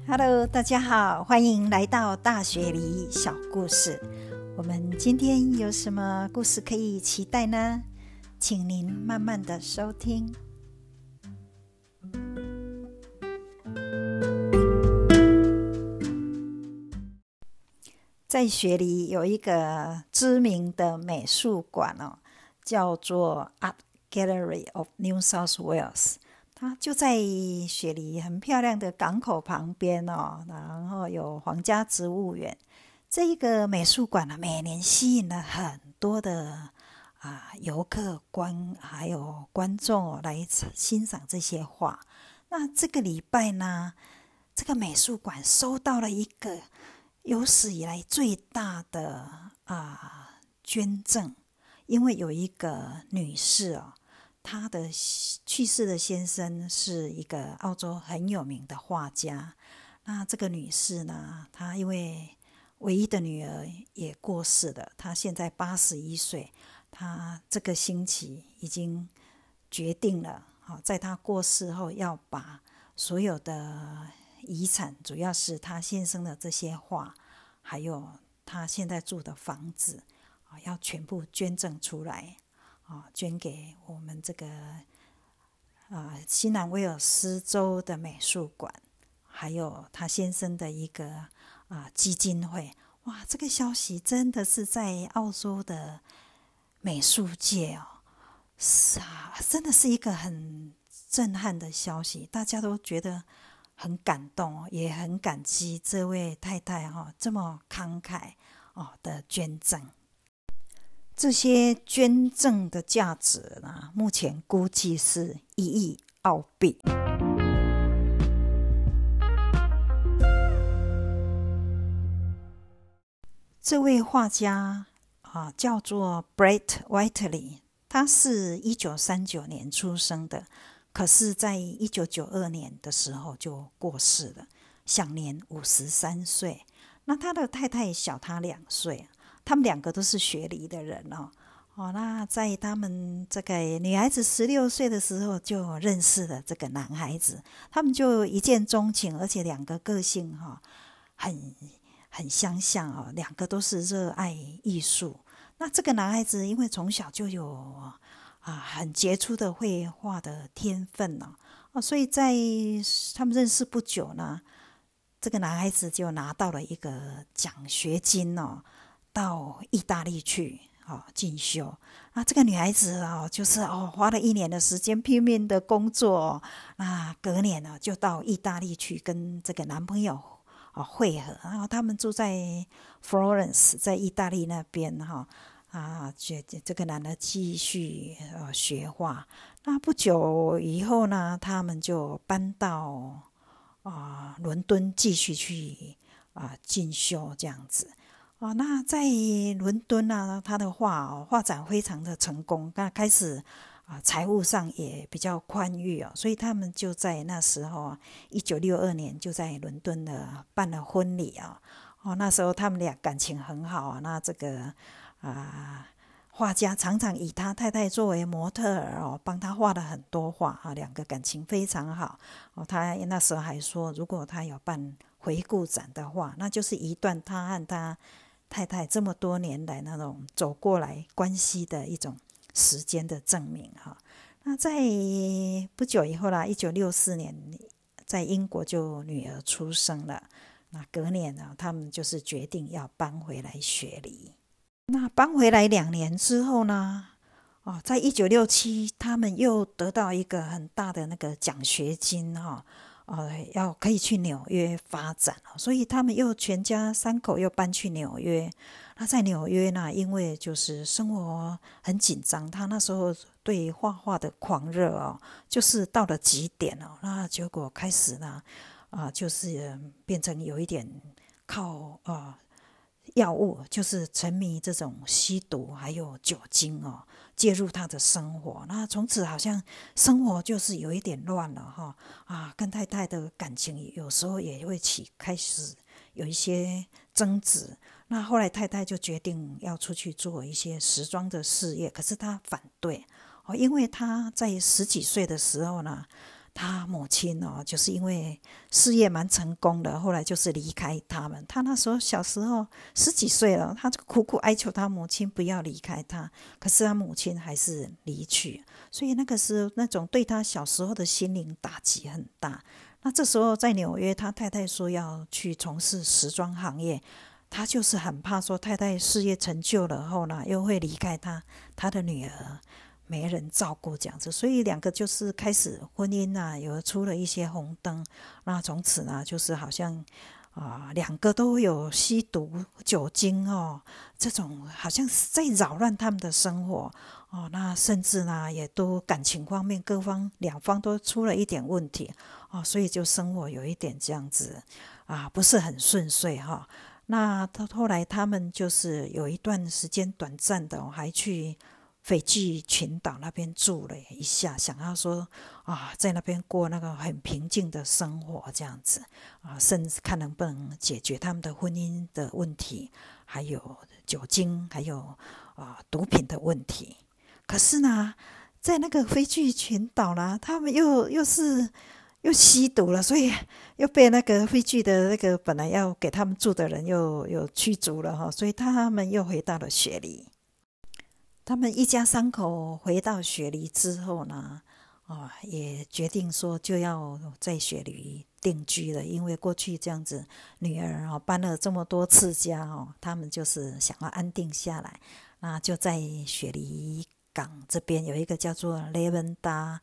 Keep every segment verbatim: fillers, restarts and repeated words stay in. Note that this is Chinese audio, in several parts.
Hello， 大家好，欢迎来到大学里小故事。我们今天有什么故事可以期待呢？请您慢慢的收听。在雪梨有一个知名的美术馆哦，叫做 Art Gallery of New South Wales。它就在雪梨很漂亮的港口旁边哦，然后有皇家植物园。这一个美术馆呢，每年吸引了很多的啊游客观还有观众哦来欣赏这些画。那这个礼拜呢，这个美术馆收到了一个有史以来最大的啊捐赠，因为有一个女士哦。他的去世的先生是一个澳洲很有名的画家，那这个女士呢，她因为唯一的女儿也过世了，她现在八十一岁，她这个星期已经决定了，在她过世后要把所有的遗产，主要是她先生的这些画，还有她现在住的房子，要全部捐赠出来。捐给我们这个、呃、新南威尔斯州的美术馆，还有他先生的一个、呃、基金会。哇，这个消息真的是在澳洲的美术界哦，是啊，真的是一个很震撼的消息，大家都觉得很感动，也很感激这位太太、哦、这么慷慨、哦、的捐赠。这些捐赠的价值呢，目前估计是一亿澳币。这位画家、啊、叫做 Brett Whiteley， 他是一九三九年出生的，可是在一九九二年的时候就过世了，享年五十三岁。那他的太太小他两岁，他们两个都是雪梨的人哦。哦，那在他们这个女孩子十六岁的时候就认识了这个男孩子，他们就一见钟情，而且两个个性哈、哦、很很相像哦，两个都是热爱艺术。那这个男孩子因为从小就有啊很杰出的绘画的天分哦，哦所以在他们认识不久呢，这个男孩子就拿到了一个奖学金哦，到意大利去。哦、进修。那这个女孩子哦，就是哦，花了一年的时间拼命的工作、哦，那隔年呢就到意大利去跟这个男朋友哦会合，然后他们住在 Florence， 在意大利那边哈、哦、啊，这这个男的继续呃学画。那不久以后呢，他们就搬到啊、呃、伦敦继续去啊、呃、进修这样子。哦，那在伦敦啊，他的画哦，画展非常的成功，那开始啊，财务上也比较宽裕哦，所以他们就在那时候，一九六二年就在伦敦的办了婚礼啊、哦。哦，那时候他们俩感情很好啊，那这个啊，画家常常以他太太作为模特儿哦，帮他画了很多画啊，两个感情非常好哦。他那时候还说，如果他有办回顾展的话，那就是一段他和他太太这么多年来那种走过来关系的一种时间的证明哈。那在不久以后啦，一九六四年在英国就女儿出生了。那隔年呢，他们就是决定要搬回来雪梨。那搬回来两年之后呢，哦，在一九六七他们又得到一个很大的那个奖学金哈。呃，要可以去纽约发展，所以他们又全家三口又搬去纽约。那在纽约呢，因为就是生活很紧张，他那时候对画画的狂热哦，就是到了极点哦。那结果开始呢，啊、呃，就是变成有一点靠啊、呃、药物，就是沉迷这种吸毒还有酒精哦。介入他的生活，那从此好像生活就是有一点乱了哈啊，跟太太的感情有时候也会起开始有一些争执。那后来太太就决定要出去做一些时装的事业，可是他反对哦，因为他在十几岁的时候呢， 他母亲哦，就是因为事业蛮成功的，后来就是离开他们。他那时候小时候十几岁了，他就苦苦哀求他母亲不要离开他，可是他母亲还是离去，所以那个时候那种对他小时候的心灵打击很大。那这时候在纽约，他太太说要去从事时装行业，他就是很怕说太太事业成就了后呢，又会离开他，他的女儿没人照顾这样子，所以两个就是开始婚姻啊，有出了一些红灯。那从此呢，就是好像啊，两个都有吸毒、酒精哦，这种好像是在扰乱他们的生活哦。那甚至呢，也都感情方面各方两方都出了一点问题哦，所以就生活有一点这样子啊，不是很顺遂哈。那后来他们就是有一段时间短暂的、哦、还去斐济群岛那边住了一下，想要说啊，在那边过那个很平静的生活这样子啊，甚至看能不能解决他们的婚姻的问题，还有酒精，还有啊毒品的问题。可是呢，在那个斐济群岛呢，他们又又是又吸毒了，所以又被那个斐济的那个本来要给他们住的人又又驱逐了哈，所以他们又回到了雪梨。他们一家三口回到雪梨之后呢，哦，也决定说就要在雪梨定居了，因为过去这样子女儿哦搬了这么多次家哦，他们就是想要安定下来，那就在雪梨港这边有一个叫做 Lavender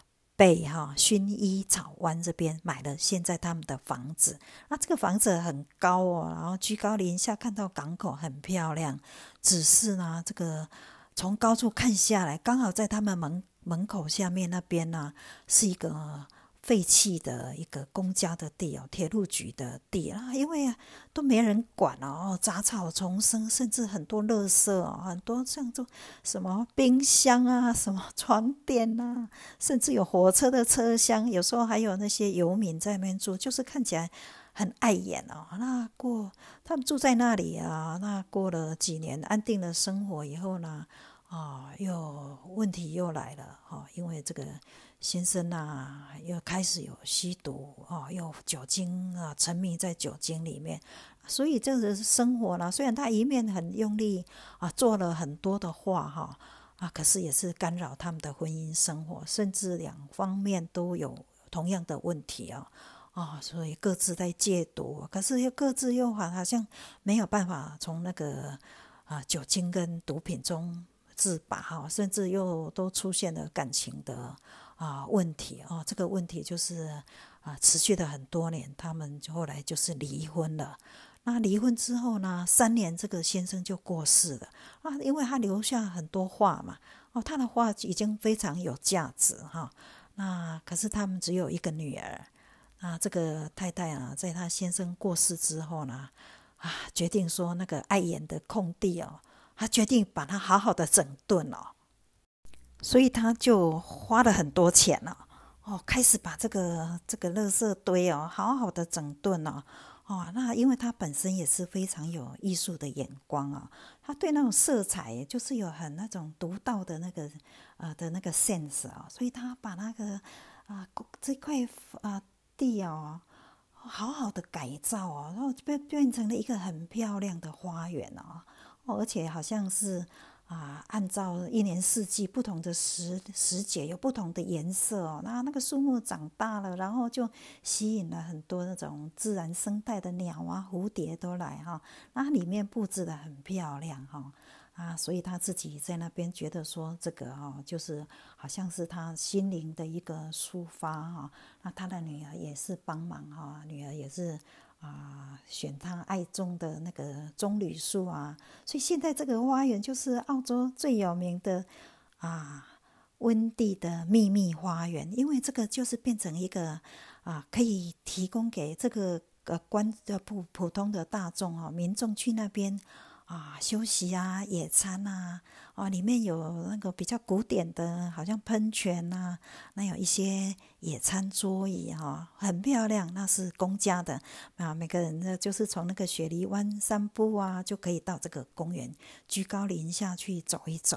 Bay 哈薰衣草湾这边买了现在他们的房子。那这个房子很高哦，然后居高临下看到港口很漂亮，只是呢这个从高处看下来，刚好在他们门门口下面那边呢，是一个废弃的一个公家的地哦，铁路局的地啊，因为都没人管哦，杂草丛生，甚至很多垃圾哦，很多像这什么冰箱啊，什么床垫啊，甚至有火车的车厢，有时候还有那些游民在那边住，就是看起来很碍眼哦。那过他们住在那里啊，那过了几年安定了生活以后呢，哦，又问题又来了哦，因为这个先生啊，又开始有吸毒哦，又酒精啊，沉迷在酒精里面，所以这个生活呢，虽然他一面很用力啊，做了很多的话哈啊，可是也是干扰他们的婚姻生活，甚至两方面都有同样的问题啊。哦，所以各自在戒毒，可是又各自又好像没有办法从那个啊酒精跟毒品中自拔哈，甚至又都出现了感情的啊问题哦。这个问题就是啊持续了很多年，他们后来就是离婚了。那离婚之后呢，三年这个先生就过世了啊，因为他留下很多画嘛，哦，他的画已经非常有价值哈。那可是他们只有一个女儿。啊，这个太太啊，在她先生过世之后呢，啊，决定说那个碍眼的空地哦，她决定把它好好的整顿哦，所以她就花了很多钱哦，哦，开始把这个这个垃圾堆哦，好好的整顿哦，哦，那因为她本身也是非常有艺术的眼光啊、哦，她对那种色彩就是有很那种独到的那个呃的那个 sense 啊、哦，所以她把那个啊、呃、这块啊。呃地哦，好好的改造哦，然后变变成了一个很漂亮的花园哦，哦而且好像是啊，按照一年四季不同的时时节有不同的颜色哦，那那个树木长大了，然后就吸引了很多那种自然生态的鸟啊、蝴蝶都来哈、哦，那里面布置得很漂亮哈、哦。啊，所以他自己在那边觉得说这个哦，就是好像是他心灵的一个抒发哈。那他的女儿也是帮忙哈，女儿也是啊，选他爱种的那个棕榈树啊。所以现在这个花园就是澳洲最有名的啊温蒂的秘密花园，因为这个就是变成一个啊可以提供给这个呃观的普普通的大众哈民众去那边。啊，休息啊，野餐啊，啊，里面有那个比较古典的，好像喷泉啊，那有一些野餐桌椅哈、啊，很漂亮，那是公家的啊。每个人呢，就是从那个雪梨湾散步啊，就可以到这个公园居高临下去走一走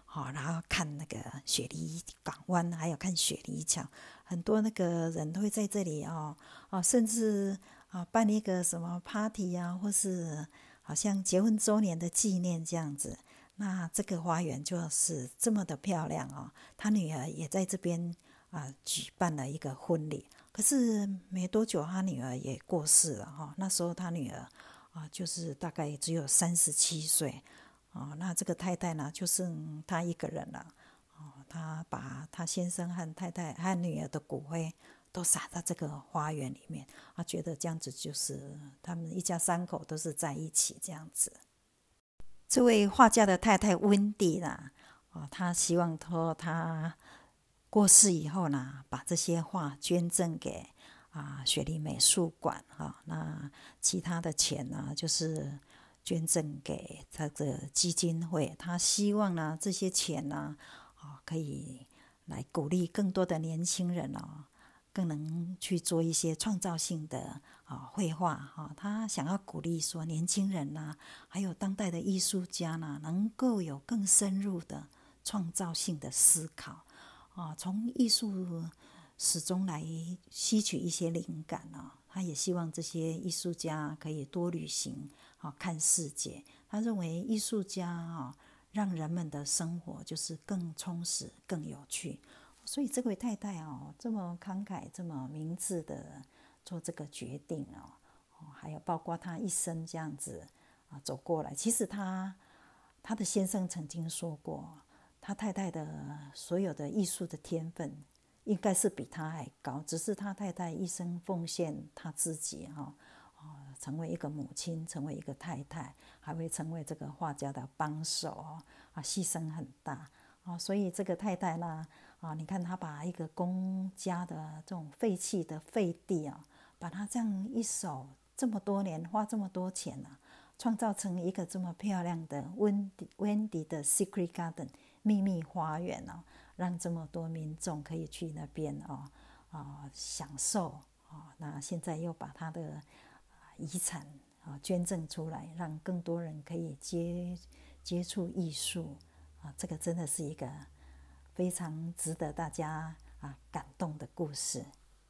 好，然后看那个雪梨港湾，还有看雪梨桥，很多那个人都会在这里哦，哦，甚至啊办一个什么 party 啊，或是好像结婚周年的纪念这样子。那这个花园就是这么的漂亮哦，他女儿也在这边啊举办了一个婚礼。可是没多久，他女儿也过世了哈、哦。那时候他女儿啊，就是大概只有三十七岁。哦，那这个太太呢，就剩她一个人了。哦，她把她先生和太太和女儿的骨灰都撒到这个花园里面。她觉得这样子就是他们一家三口都是在一起这样子。这位画家的太太温迪啦，哦，她希望说她过世以后呢，把这些画捐赠给啊雪梨美术馆哈、哦。那其他的钱呢，就是捐赠给他的基金会，他希望呢这些钱呢，哦，可以来鼓励更多的年轻人哦，更能去做一些创造性的啊绘画哈。他想要鼓励说年轻人呐、啊，还有当代的艺术家呢，能够有更深入的创造性的思考啊，从艺术始终来吸取一些灵感啊。他也希望这些艺术家可以多旅行。看世界，他认为艺术家让人们的生活就是更充实、更有趣。所以这位太太哦，这么慷慨、这么明智的做这个决定哦，还有包括他一生这样子啊走过来。其实他他的先生曾经说过，他太太的所有的艺术的天分应该是比他还高，只是他太太一生奉献他自己哈。成为一个母亲，成为一个太太，还会成为这个画家的帮手哦，啊，牺牲很大啊。所以这个太太呢，啊，你看她把一个公家的这种废弃的废地啊，把它这样一手这么多年花这么多钱啊，创造成一个这么漂亮的温迪温迪的 Secret Garden 秘密花园哦，让这么多民众可以去那边哦啊享受啊。那现在又把他的遗产啊捐赠出来，让更多人可以接接触艺术啊，这个真的是一个非常值得大家啊感动的故事。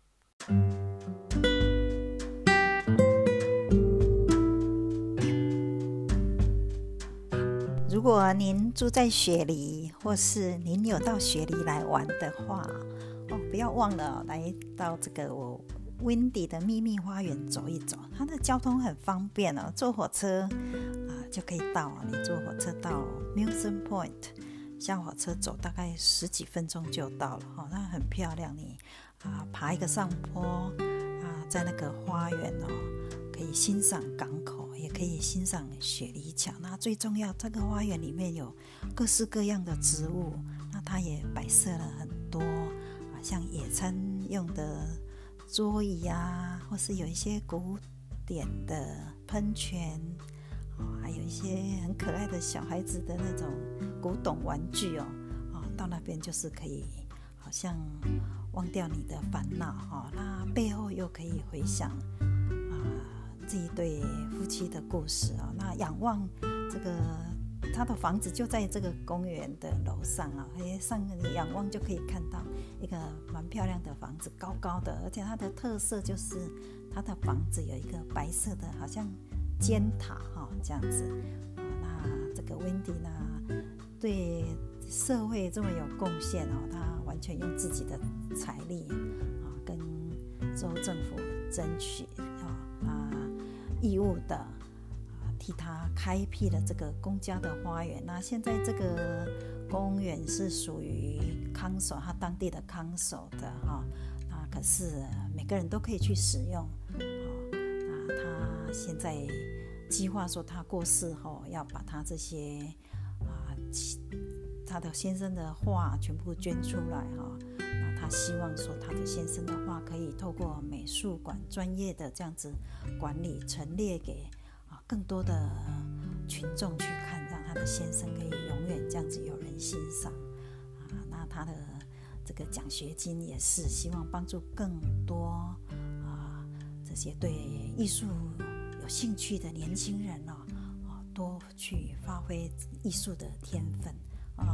如果您住在雪梨，或是您有到雪梨来玩的话，哦，不要忘了、哦、来到这个我温迪的秘密花园走一走，它的交通很方便哦，坐火车啊就可以到。你坐火车到 Milton Point， 下火车走大概十几分钟就到了哦，那很漂亮。你啊爬一个上坡啊，在那个花园哦，可以欣赏港口，也可以欣赏雪梨桥。那最重要，这个花园里面有各式各样的植物，那它也摆设了很多啊，像野餐用的桌椅啊，或是有一些古典的喷泉、哦、还有一些很可爱的小孩子的那种古董玩具哦，哦到那边就是可以好像忘掉你的烦恼哦，那背后又可以回想啊这一对夫妻的故事哦。那仰望这个他的房子就在这个公园的楼上啊，上你仰望就可以看到一个蛮漂亮的房子，高高的，而且它的特色就是它的房子有一个白色的好像尖塔哈、哦、这样子、啊、那这个 Wendy 呢对社会这么有贡献哦，他完全用自己的财力啊跟州政府争取啊啊义务的替他开辟了这个公家的花园。那现在这个公园是属于康首，他当地的康首的哈、哦。那可是每个人都可以去使用。哦、那他现在计划说，他过世后要把他这些啊，他的先生的画全部捐出来哈、哦。那他希望说，他的先生的画可以透过美术馆专业的这样子管理，陈列给更多的群众去看，让他的先生可以永远这样子有人欣赏啊。那他的这个奖学金也是希望帮助更多啊这些对艺术有兴趣的年轻人哦，多去发挥艺术的天分啊。到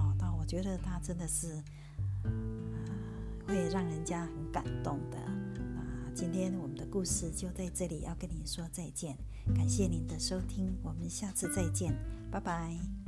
我觉得他真的是、呃、会让人家很感动的。啊，今天我们的故事就在这里，要跟您说再见，感谢您的收听，我们下次再见，拜拜。